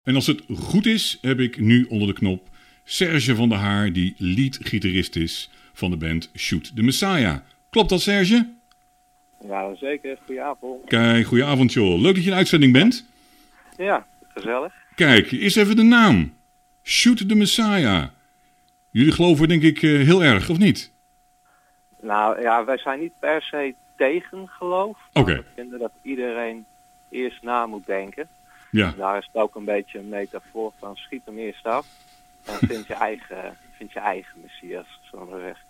En als het goed is, heb ik nu onder de knop Serge van der Haar, die lead-gitarist is van de band Shoot the Messiah. Klopt dat, Serge? Ja, zeker. Goedenavond. Kijk, goedenavond joh. Leuk dat je in de uitzending bent. Ja, gezellig. Kijk, eerst even de naam. Shoot the Messiah. Jullie geloven denk ik heel erg, of niet? Nou ja, wij zijn niet per se tegen geloof. Oké. We vinden dat iedereen eerst na moet denken. Ja. En daar is het ook een beetje een metafoor van schiet hem eerst af. En vind je eigen Messias, zullen we zeggen.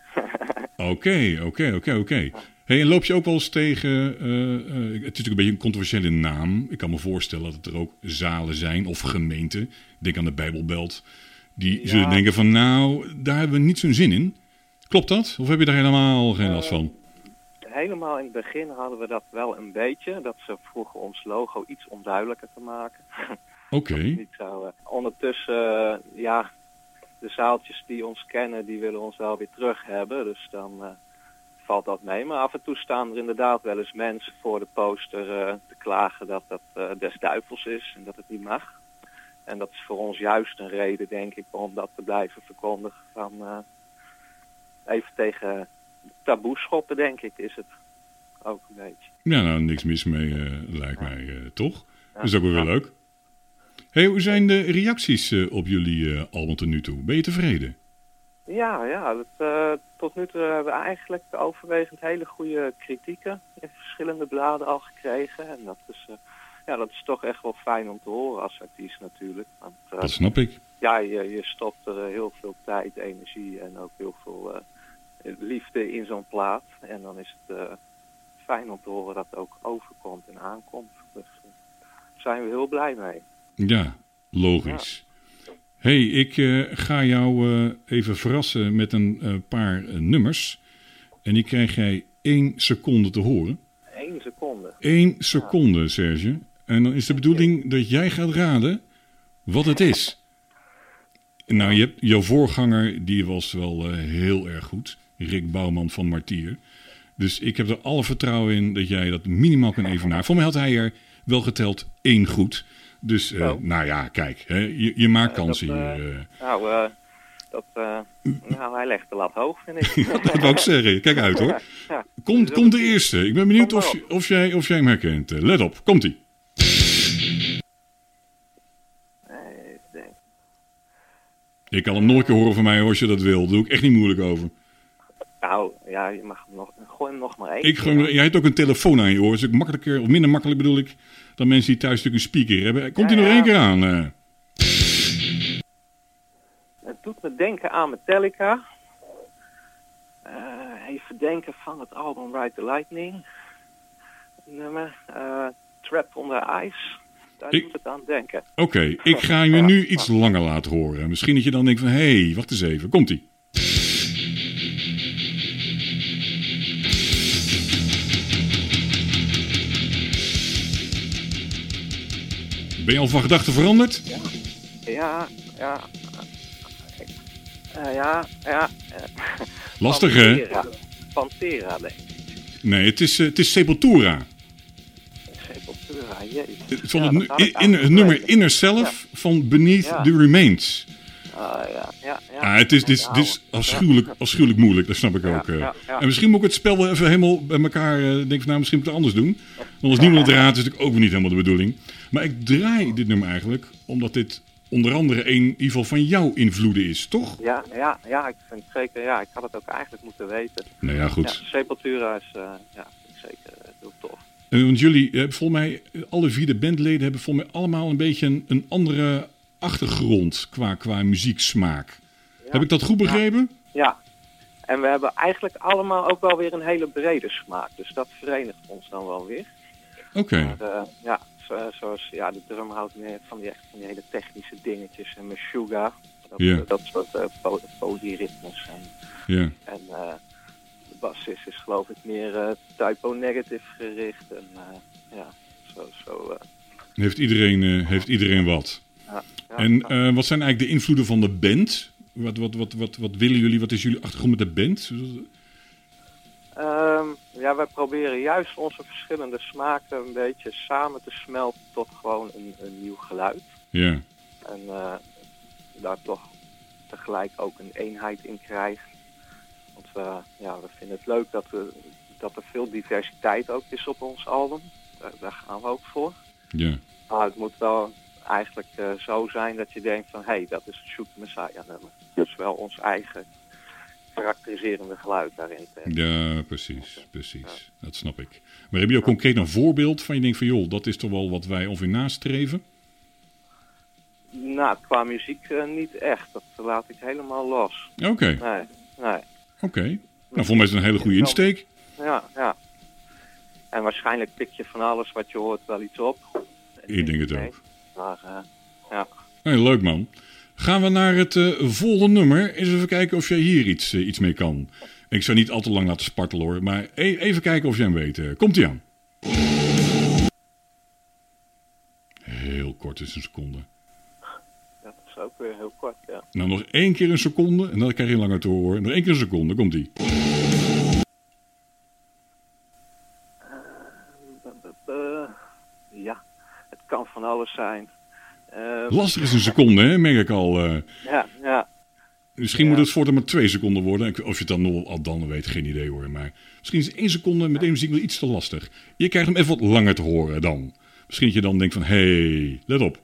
Oké. Hey, en loop je ook wel eens tegen, het is natuurlijk een beetje een controversiële naam. Ik kan me voorstellen dat het er ook zalen zijn of gemeenten, denk aan de Bijbelbelt, die zullen denken van nou, daar hebben we niet zo'n zin in. Klopt dat? Of heb je daar helemaal geen last van? Helemaal in het begin hadden we dat wel een beetje. Dat ze vroegen ons logo iets onduidelijker te maken. Oké. Niet zo, ondertussen, de zaaltjes die ons kennen, die willen ons wel weer terug hebben. Dus dan valt dat mee. Maar af en toe staan er inderdaad wel eens mensen voor de poster te klagen dat dat des duivels is en dat het niet mag. En dat is voor ons juist een reden, denk ik, om dat te blijven verkondigen. Van even tegen taboe schoppen, denk ik, is het ook een beetje. Ja, nou, niks mis mee, lijkt mij, toch? Dat is ook wel weer leuk. Hey, hoe zijn de reacties op jullie album tot nu toe? Ben je tevreden? Ja, tot nu toe hebben we eigenlijk overwegend hele goede kritieken in verschillende bladen al gekregen. En dat is toch echt wel fijn om te horen als artiest natuurlijk. Want, dat snap ik. Ja, je stopt er heel veel tijd, energie en ook heel veel liefde in zo'n plaat. En dan is het fijn om te horen dat het ook overkomt en aankomt. Dus daar zijn we heel blij mee. Ja, logisch. Ja. Hey, ik ga jou even verrassen met een paar nummers. En die krijg jij 1 seconde te horen. 1 seconde? 1 seconde, Serge. En dan is de bedoeling dat jij gaat raden wat het is. Nou, jouw voorganger, die was wel heel erg goed. Rick Bouwman van Martier. Dus ik heb er alle vertrouwen in dat jij dat minimaal kan evenaren. Voor mij had hij er wel geteld 1 goed. Dus, nou ja, kijk, hè, je maakt kansen hier. Hij legt de lat hoog, vind ik. Dat wou ik zeggen. Kijk uit, hoor. Komt de eerste. Ik ben benieuwd of jij hem herkent. Let op, komt-ie. Je kan hem nog een keer horen van mij als je dat wil. Daar doe ik echt niet moeilijk over. Nou, ja, je mag hem gooi hem nog maar één. Jij hebt ook een telefoon aan je oor. Dus ook makkelijker, of minder makkelijk bedoel ik, dan mensen die thuis natuurlijk een speaker hebben. Komt hij nog 1 keer aan? Het doet me denken aan Metallica. Even denken van het album Ride the Lightning. Nummer Trapped on the Ice. Daar doet het aan denken. Oké, ik ga je nu iets langer laten horen. Misschien dat je dan denkt van, hé, wacht eens even. Komt-ie. Ben je al van gedachten veranderd? Ja. Lastig, hè? Pantera, denk ik. Nee, het is Sepultura. Sepultura, jezus. Van het nummer Inner Self van Beneath the Remains. Het is afschuwelijk moeilijk, dat snap ik ook. En misschien moet ik het spel wel even helemaal bij elkaar denk van, nou, misschien moet ik het anders doen. Want als niemand het raadt, is het ook weer niet helemaal de bedoeling. Maar ik draai dit nummer eigenlijk, omdat dit onder andere in ieder geval van jouw invloeden is, toch? Ja, ik vind zeker, ik had het ook eigenlijk moeten weten. Nou ja, goed. Ja, Sepultura is zeker heel tof. Want jullie hebben volgens mij, alle 4 de bandleden hebben volgens mij allemaal een beetje een andere achtergrond qua muzieksmaak. Ja. Heb ik dat goed begrepen? Ja. En we hebben eigenlijk allemaal ook wel weer een hele brede smaak. Dus dat verenigt ons dan wel weer. Oké. Zoals de drum houdt meer van die hele technische dingetjes. En Meshuggah, dat soort polyritmes. En de bassist is geloof ik meer typo negative gericht. En zo. Heeft iedereen wat? Ja. En wat zijn eigenlijk de invloeden van de band? Wat willen jullie? Wat is jullie achtergrond met de band? Wij proberen juist onze verschillende smaken een beetje samen te smelten tot gewoon een nieuw geluid. Ja. daar toch tegelijk ook een eenheid in krijgt. Want we vinden het leuk dat er veel diversiteit ook is op ons album. Daar gaan we ook voor. Ja. Maar het moet wel eigenlijk zo zijn dat je denkt van... hé, dat is het Shoot the Messiah nummer. Dus wel ons eigen karakteriserende geluid daarin. Ja, precies. Dat snap ik. Maar heb je ook concreet een voorbeeld van je denkt van... joh, dat is toch wel wat wij ongeveer nastreven? Nou, qua muziek niet echt. Dat laat ik helemaal los. Oké. Nee. Oké. Nou, volgens mij is het een hele goede insteek. Ja. En waarschijnlijk pik je van alles wat je hoort wel iets op. Ik denk het ook. Maar, ja. Hey, leuk man. Gaan we naar het volgende nummer. Eens even kijken of jij hier iets mee kan. Ik zou niet al te lang laten spartelen hoor. Maar even kijken of jij hem weet. Komt-ie aan. Heel kort, is een seconde. Ja, dat is ook weer heel kort, ja. Nou, nog 1 keer een seconde. En dan krijg je langer te horen. Nog 1 keer een seconde. Komt-ie. Ja, het kan van alles zijn. Lastig is een seconde, hè? Merk ik al. Ja. Misschien moet het voortaan maar 2 seconden worden. Of je het dan nog al dan weet, geen idee hoor. Maar misschien is 1 seconde met deze muziek wel iets te lastig. Je krijgt hem even wat langer te horen dan. Misschien dat je dan denkt van, hey, let op.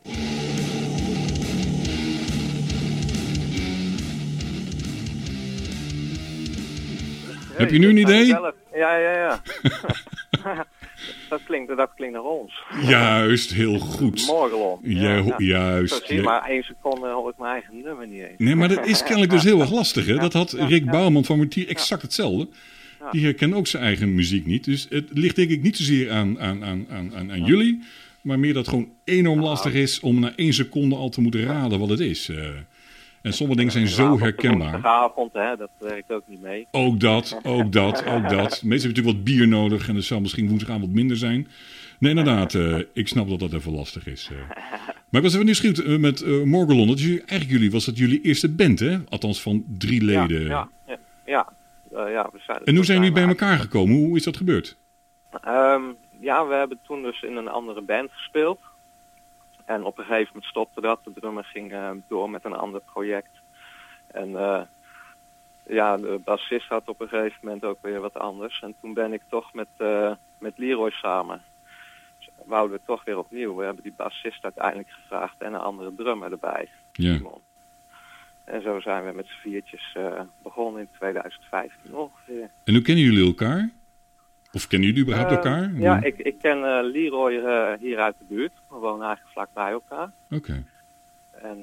Heb je nu een idee? Ja. Dat klinkt naar ons. Juist, heel goed. Morgelon. Juist. Zie, maar 1 seconde hoor ik mijn eigen nummer niet eens. Nee, maar dat is kennelijk dus heel erg lastig. Hè? Dat had Rick Bouwman van Mortier exact hetzelfde. Ja. Die herkent ook zijn eigen muziek niet. Dus het ligt denk ik niet zozeer aan jullie. Maar meer dat het gewoon enorm lastig is om na 1 seconde al te moeten raden wat het is. En sommige dingen zijn zo herkenbaar. Woensdagavond, hè, dat werkt ook niet mee. Ook dat. Meestal heb je natuurlijk wat bier nodig en dat zal misschien woensdagavond wat minder zijn. Nee, inderdaad. Ik snap dat dat even lastig is. Maar ik was even nieuwsgierig met Morgelon. Dat is eigenlijk was dat jullie eerste band, hè? Althans van 3 leden. Ja. We zijn en hoe zijn jullie bij elkaar gekomen? Hoe is dat gebeurd? We hebben toen dus in een andere band gespeeld. En op een gegeven moment stopte dat. De drummer ging door met een ander project. En de bassist had op een gegeven moment ook weer wat anders. En toen ben ik toch met Leroy samen. Dus wouden we toch weer opnieuw. We hebben die bassist uiteindelijk gevraagd en een andere drummer erbij. Ja. Simon. En zo zijn we met z'n viertjes begonnen in 2015 ongeveer. En hoe kennen jullie elkaar? Of kennen jullie überhaupt elkaar? Ja, ik ken Leroy hier uit de buurt. We wonen eigenlijk vlak bij elkaar. Oké. En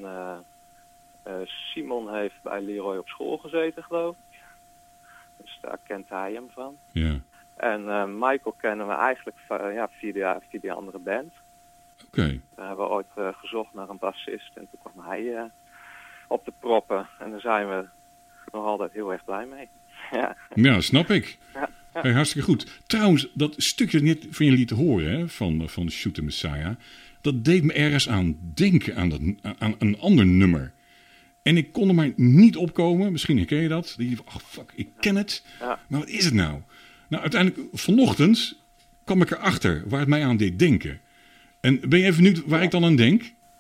Simon heeft bij Leroy op school gezeten, geloof ik. Dus daar kent hij hem van. Ja. En Michael kennen we eigenlijk via die andere band. Oké. Daar hebben we ooit gezocht naar een bassist. En toen kwam hij op de proppen. En daar zijn we nog altijd heel erg blij mee. Ja, snap ik. Hey, hartstikke goed. Trouwens, dat stukje net van je liet horen, hè, van Shoot the Messiah, dat deed me ergens aan denken aan een ander nummer. En ik kon er maar niet opkomen. Misschien herken je dat. Die van, fuck, ik ken het. Ja. Maar wat is het nou? Nou, uiteindelijk, vanochtend kwam ik erachter waar het mij aan deed denken. En ben je even benieuwd waar ik dan aan denk?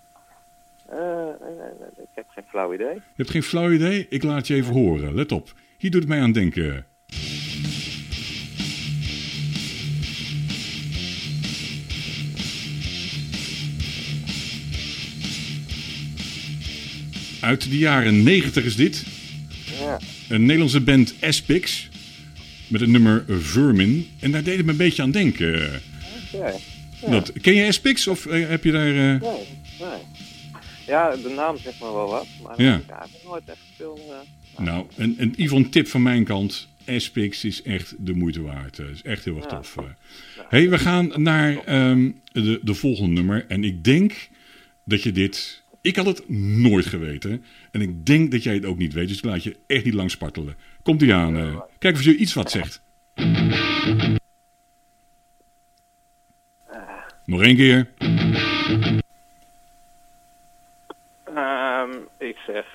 Ik heb geen flauw idee. Je hebt geen flauw idee? Ik laat je even horen. Let op. Hier doet het mij aan denken. Uit de jaren 90 is dit. Ja. Een Nederlandse band Aspix. Met het nummer Vermin. En daar deed het me een beetje aan denken. Okay. Ja. Ken je Aspix of heb je daar... Nee. Ja, de naam zegt me wel wat. Maar Ja. ik heb nooit echt veel... Nou, een Yvonne tip van mijn kant. Aspix is echt de moeite waard. Het is echt heel erg tof. Hey, we gaan naar de volgende nummer. En ik denk dat je dit... Ik had het nooit geweten. En ik denk dat jij het ook niet weet. Dus ik laat je echt niet lang spartelen. Komt ie aan. Kijk of je iets wat zegt. Nog 1 keer. Ik zeg...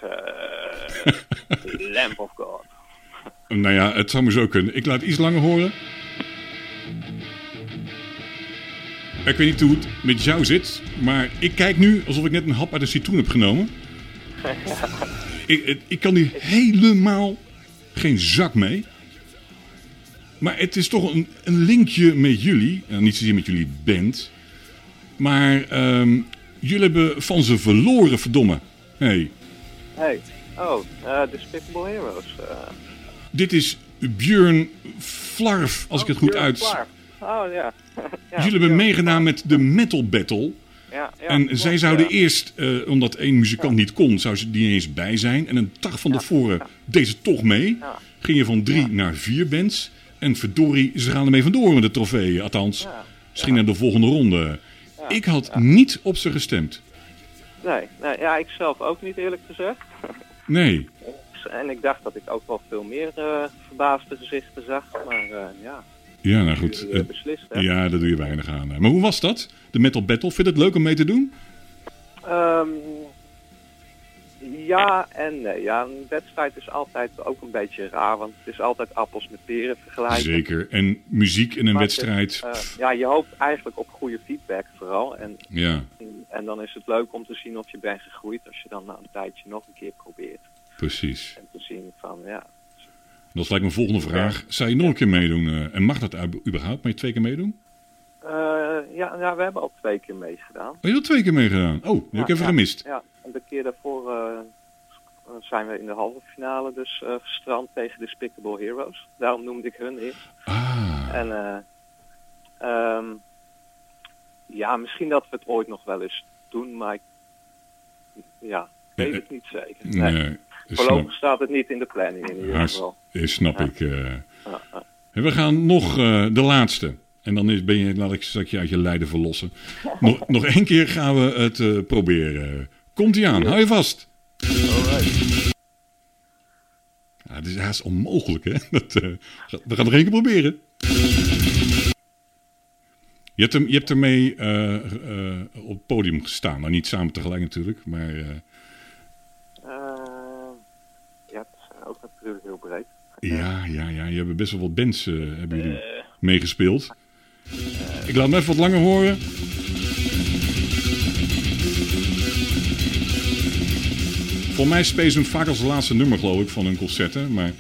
Lamp of God. Nou ja, het zou maar zo kunnen. Ik laat iets langer horen. Ik weet niet hoe het met jou zit, maar ik kijk nu alsof ik net een hap uit een citroen heb genomen. Ik kan hier helemaal geen zak mee. Maar het is toch een linkje met jullie. Niet zozeer met jullie band. Maar jullie hebben van ze verloren, verdomme. Hey. Despicable Heroes. Dit is Björn Flarf, als ik het goed uit... Oh ja. Jullie hebben meegedaan met de Metal Battle. Ja, en zij zouden eerst, omdat één muzikant niet kon, zou ze die eens bij zijn. En een dag van tevoren deed ze toch mee. Ging je van 3 naar 4 bands. En verdorie, ze gaan ermee vandoor met de trofee. Althans, ze gingen naar de volgende ronde. Ik had niet op ze gestemd. Nee, ik zelf ook niet, eerlijk gezegd. Nee. En ik dacht dat ik ook wel veel meer verbaasde gezichten zag. Maar ja... Ja, nou goed. Beslist, hè? Ja, daar doe je weinig aan. Maar hoe was dat? De Metal Battle? Vind je het leuk om mee te doen? Ja en nee. Ja, een wedstrijd is altijd ook een beetje raar. Want het is altijd appels met peren vergelijken. Zeker. En muziek in een wedstrijd... je hoopt eigenlijk op goede feedback vooral. En dan is het leuk om te zien of je bent gegroeid. Als je dan na een tijdje nog een keer probeert. Precies. En te zien van, Dat is lijkt mijn volgende vraag. Zou je nog een keer meedoen? En mag dat überhaupt? Mag je 2 keer meedoen? Ja, we hebben al 2 keer meegedaan. Oh, je hebt al 2 keer meegedaan? Oh, die heb ik even gemist. Ja, en de keer daarvoor zijn we in de halve finale dus gestrand tegen Despicable Heroes. Daarom noemde ik hun eerst. En misschien dat we het ooit nog wel eens doen, maar ik weet het niet zeker. Nee. Voorlopig staat het niet in de planning in ieder geval. Snap ik. En we gaan nog de laatste. En dan laat ik je uit je lijden verlossen. nog 1 keer gaan we het proberen. Komt-ie aan, hou je vast. Alright. Ja, het is haast onmogelijk, hè? We gaan nog 1 keer proberen. Je hebt ermee op het podium gestaan. Nou, niet samen tegelijk natuurlijk, maar... het is ook natuurlijk heel breed. Ja. Je hebt best wel wat bands hebben jullie meegespeeld. Ik laat hem even wat langer horen. Voor mij spelen ze hem vaak als laatste nummer, geloof ik, van hun concerten. Maar...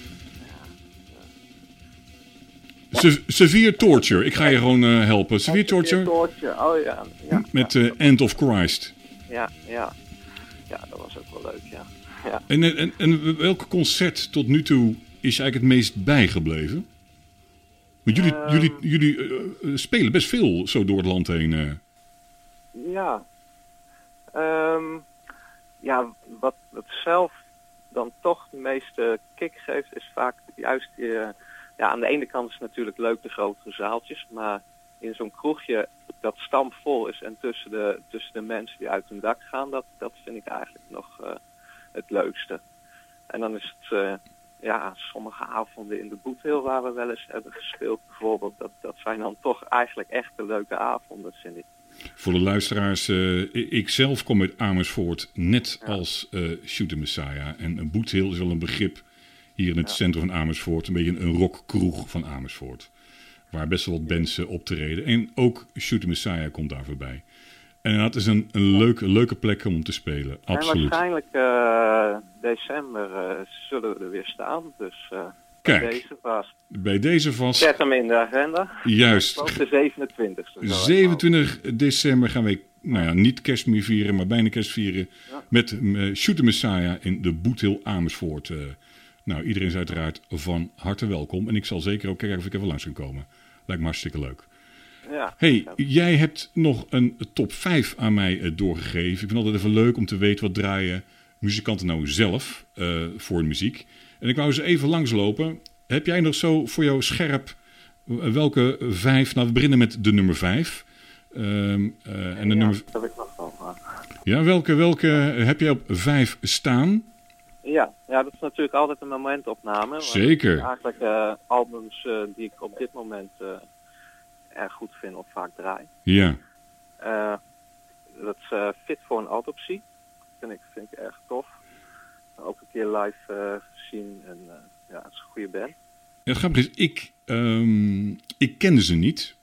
Severe Torture. Ik ga je gewoon helpen. Severe Torture. Oh ja. Met End of Christ. Ja, dat was ook wel leuk, ja. En welk concert tot nu toe is je eigenlijk het meest bijgebleven? Want jullie spelen best veel zo door het land heen. Wat het zelf dan toch de meeste kick geeft, is vaak juist... aan de ene kant is het natuurlijk leuk de grotere zaaltjes, maar in zo'n kroegje dat stampvol is en tussen de mensen die uit hun dak gaan, dat vind ik eigenlijk nog het leukste. En dan is het... sommige avonden in de Boetheel waar we wel eens hebben gespeeld bijvoorbeeld, dat zijn dan toch eigenlijk echt de leuke avonden, vind ik. Voor de luisteraars, ik zelf kom uit Amersfoort, net als Shoot the Messiah. En Boetheel is wel een begrip hier in het centrum van Amersfoort. Een beetje een rockkroeg van Amersfoort. Waar best wel wat bands optreden. En ook Shoot the Messiah komt daar voorbij. En dat is een leuke plek om te spelen, absoluut. En waarschijnlijk december zullen we er weer staan, dus kijk, bij deze vast. Bij deze vast. Zet hem in de agenda. Juist. De 27e. 27 december gaan we, niet kerst meer vieren, maar bijna kerst vieren. Ja. Met Shoot the Messiah in de Boetheel Amersfoort. Iedereen is uiteraard van harte welkom. En ik zal zeker ook kijken of ik even langs kan komen. Lijkt me hartstikke leuk. Ja. Hey, jij hebt nog een top 5 aan mij doorgegeven. Ik vind het altijd even leuk om te weten wat draaien muzikanten nou zelf voor muziek. En ik wou eens even langslopen. Heb jij nog zo voor jou scherp welke 5... Nou, we beginnen met de nummer 5. Dat heb ik nog wel. Ja, welke heb jij op 5 staan? Ja, dat is natuurlijk altijd een momentopname. Zeker. Eigenlijk albums die ik op dit moment erg goed vind of vaak draai. Ja. Dat is Fit for an Autopsy. Vind ik erg tof. Ook een keer live gezien en het is een goede band. Ja, het grappige is, ik kende ze niet.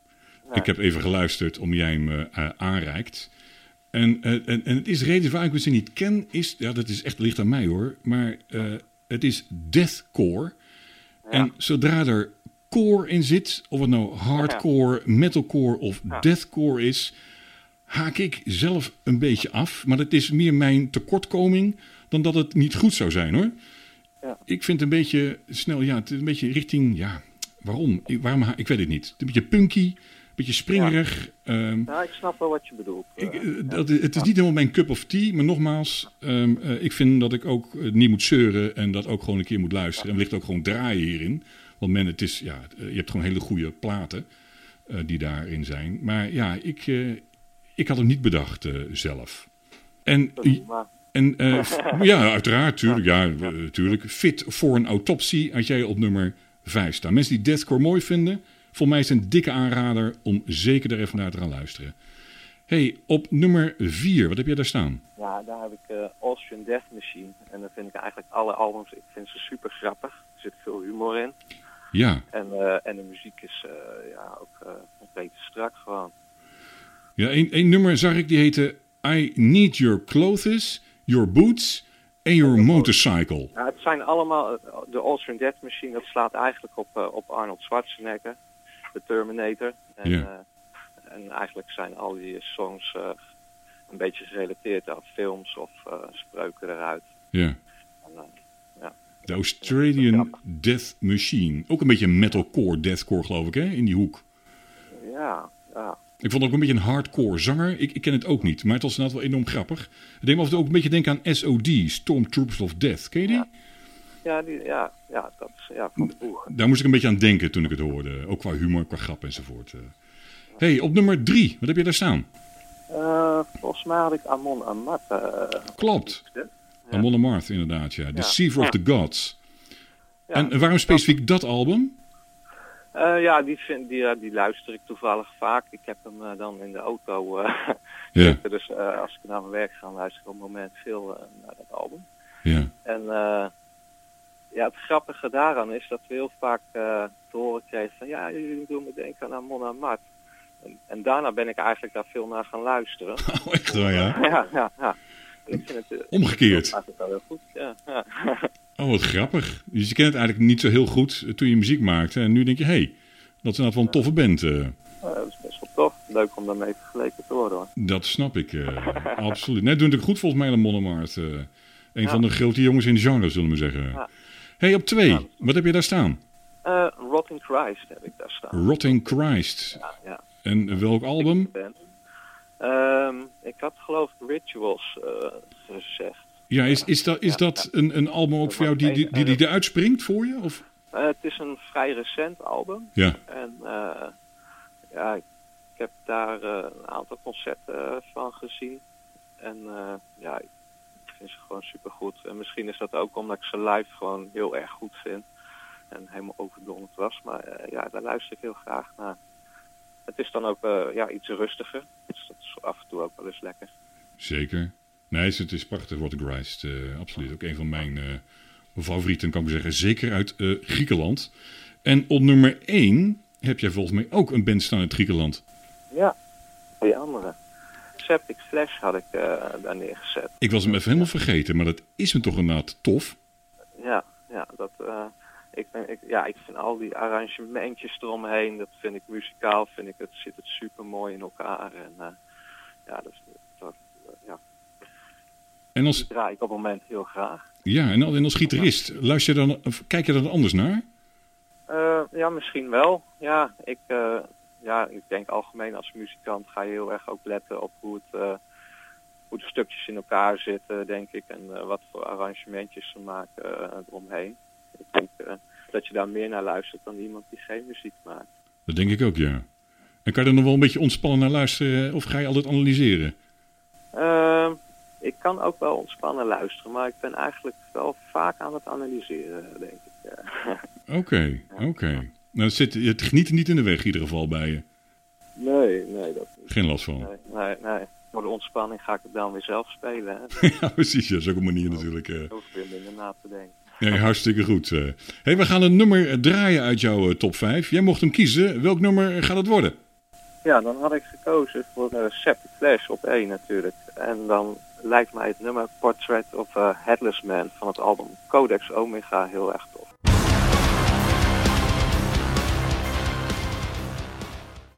Ik heb even geluisterd om jij hem aanreikt. En het is reden waarom ik ze niet ken, dat is echt licht aan mij hoor, maar het is deathcore. Ja. En zodra er core in zit, of het nou hardcore, metalcore of deathcore is, haak ik zelf een beetje af. Maar dat is meer mijn tekortkoming dan dat het niet goed zou zijn hoor. Ja. Ik vind het een beetje snel, het is een beetje richting, waarom? Ik weet het niet. Een beetje punky. Beetje springerig. Ja, ik snap wel wat je bedoelt. Het is niet helemaal mijn cup of tea, maar nogmaals, ik vind dat ik ook niet moet zeuren en dat ook gewoon een keer moet luisteren. En wellicht ook gewoon draaien hierin. Want je hebt gewoon hele goede platen die daarin zijn. Maar ja, ik had hem niet bedacht zelf. Ja, uiteraard, tuurlijk. Fit for een autopsie had jij op nummer 5 staan. Mensen die deathcore mooi vinden, voor mij is het een dikke aanrader om zeker er even naar te gaan luisteren. Hey, op nummer 4, wat heb jij daar staan? Ja, daar heb ik Austrian Death Machine. En dan vind ik eigenlijk alle albums, ik vind ze super grappig. Er zit veel humor in. Ja. En de muziek is ook een beetje strak gewoon. Ja, één nummer zag ik, die heette I Need Your Clothes, Your Boots en Your Motorcycle. Ja, het zijn allemaal, de Austrian Death Machine, dat slaat eigenlijk op Arnold Schwarzenegger, de Terminator. En eigenlijk zijn al die songs een beetje gerelateerd aan films of spreuken eruit. Ja. De Australian Death Machine. Ook een beetje metalcore, deathcore geloof ik, hè? In die hoek. Ja. Ik vond ook een beetje een hardcore zanger. Ik ken het ook niet, maar het was inderdaad wel enorm grappig. Ik deed me af en toe ook een beetje denken aan SOD, Stormtroopers of Death. Ken je die? Ja, dat is van vroeger. Daar moest ik een beetje aan denken toen ik het hoorde. Ook qua humor, qua grap enzovoort. Hey, op nummer 3, wat heb je daar staan? Volgens mij had ik Amon Amarth. Klopt. Amon Amarth, inderdaad, ja. Deceiver of the Gods. Ja. En waarom specifiek dat album? Die luister ik toevallig vaak. Ik heb hem dan in de auto zitten. Dus als ik naar mijn werk ga, luister ik op het moment veel naar dat album. Ja. En het grappige daaraan is dat we heel vaak te horen kregen van jullie doen me denken aan Amon Amarth. En daarna ben ik eigenlijk daar veel naar gaan luisteren. Oh, echt waar, ja? Ja. Ik vind het, omgekeerd. Dat wel heel goed, ja. Oh, wat grappig. Dus je kent het eigenlijk niet zo heel goed toen je muziek maakte. En nu denk je, dat is inderdaad wel een toffe band. Dat is best wel tof. Leuk om daarmee vergeleken te worden, hoor. Dat snap ik, absoluut. Nee, doen het ook goed volgens mij aan Amon Amarth. Een van de grote jongens in de genre, zullen we zeggen. Ja. Hey, op 2, wat heb je daar staan? Rotting Christ heb ik daar staan. Rotting Christ. Ja. En welk album? Ik had geloof ik Rituals gezegd. Ja, is dat een album ook voor jou die eruit springt voor je? Of? Het is een vrij recent album. Ja. En ik heb daar een aantal concerten van gezien. En ik vind ze gewoon supergoed. En misschien is dat ook omdat ik ze live gewoon heel erg goed vind. En helemaal overdonderd was. Maar daar luister ik heel graag naar. Het is dan ook iets rustiger. Dus dat is af en toe ook wel eens lekker. Zeker. Nee, het is prachtig, Rotting Christ. Absoluut. Ook een van mijn favorieten, kan ik zeggen. Zeker uit Griekenland. En op nummer 1 heb jij volgens mij ook een band staan uit Griekenland. Ja, die andere. Septic Flash had ik daar neergezet. Ik was hem even helemaal vergeten, maar dat is me toch inderdaad tof. Ja, dat... Ik vind al die arrangementjes eromheen, dat vind ik muzikaal, zit het super mooi in elkaar. En En die draai ik op het moment heel graag. Ja, en als gitarist, kijk je er dan anders naar? Misschien wel. Ja, ik denk algemeen als muzikant ga je heel erg ook letten op hoe de stukjes in elkaar zitten, denk ik. En wat voor arrangementjes ze maken eromheen. Ik denk dat je daar meer naar luistert dan iemand die geen muziek maakt. Dat denk ik ook, ja. En kan je er nog wel een beetje ontspannen naar luisteren of ga je altijd analyseren? Ik kan ook wel ontspannen luisteren, maar ik ben eigenlijk wel vaak aan het analyseren, denk ik. Oké. Nou, het geniet niet in de weg in ieder geval bij je. Nee, dat niet. Geen last van? Nee. Voor de ontspanning ga ik het dan weer zelf spelen. Hè. Ja, precies. Dat is ook een manier natuurlijk. Hoef weer minder na te denken. Ja, hartstikke goed. We gaan een nummer draaien uit jouw top 5. Jij mocht hem kiezen. Welk nummer gaat het worden? Ja, dan had ik gekozen voor Septic Flesh op 1 natuurlijk. En dan lijkt mij het nummer Portrait of a Headless Man van het album Codex Omega heel erg tof.